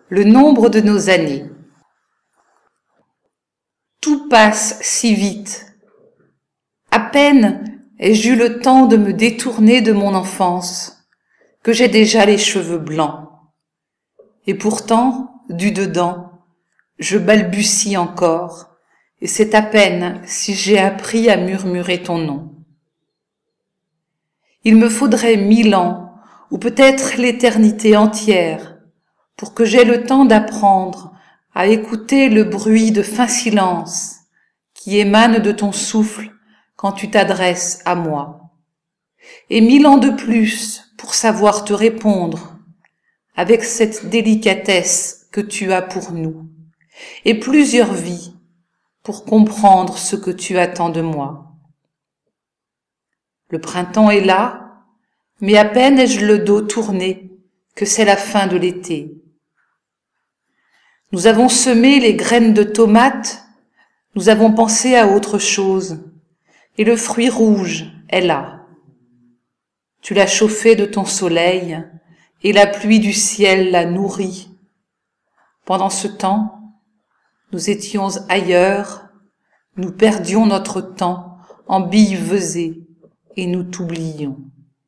Le nombre de nos années. Tout passe si vite. À peine ai-je eu le temps de me détourner de mon enfance, que j'ai déjà les cheveux blancs. Et pourtant, du dedans, je balbutie encore, et c'est à peine si j'ai appris à murmurer ton nom. Il me faudrait 1000 ans, ou peut-être l'éternité entière, pour que j'aie le temps d'apprendre à écouter le bruit de fin silence qui émane de ton souffle quand tu t'adresses à moi. Et 1000 ans de plus pour savoir te répondre avec cette délicatesse que tu as pour nous, et plusieurs vies pour comprendre ce que tu attends de moi. Le printemps est là, mais à peine ai-je le dos tourné que c'est la fin de l'été. Nous avons semé les graines de tomates, nous avons pensé à autre chose, et le fruit rouge est là. Tu l'as chauffé de ton soleil, et la pluie du ciel l'a nourri. Pendant ce temps, nous étions ailleurs, nous perdions notre temps en billes vesées, et nous t'oublions.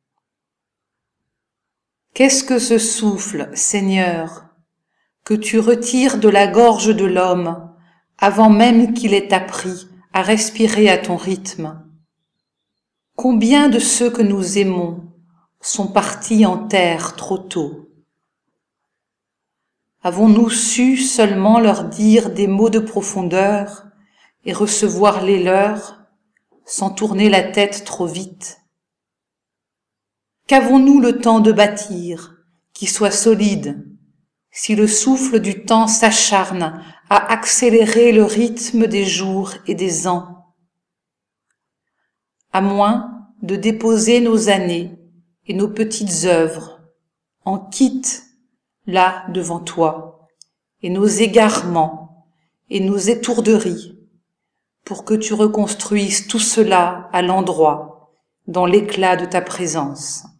Qu'est-ce que ce souffle, Seigneur, que tu retires de la gorge de l'homme avant même qu'il ait appris à respirer à ton rythme? Combien de ceux que nous aimons sont partis en terre trop tôt? Avons-nous su seulement leur dire des mots de profondeur et recevoir les leurs sans tourner la tête trop vite? Qu'avons-nous le temps de bâtir, qui soit solide, si le souffle du temps s'acharne à accélérer le rythme des jours et des ans? À moins de déposer nos années et nos petites œuvres en kit là devant toi, et nos égarements et nos étourderies, pour que tu reconstruises tout cela à l'endroit, dans l'éclat de ta présence.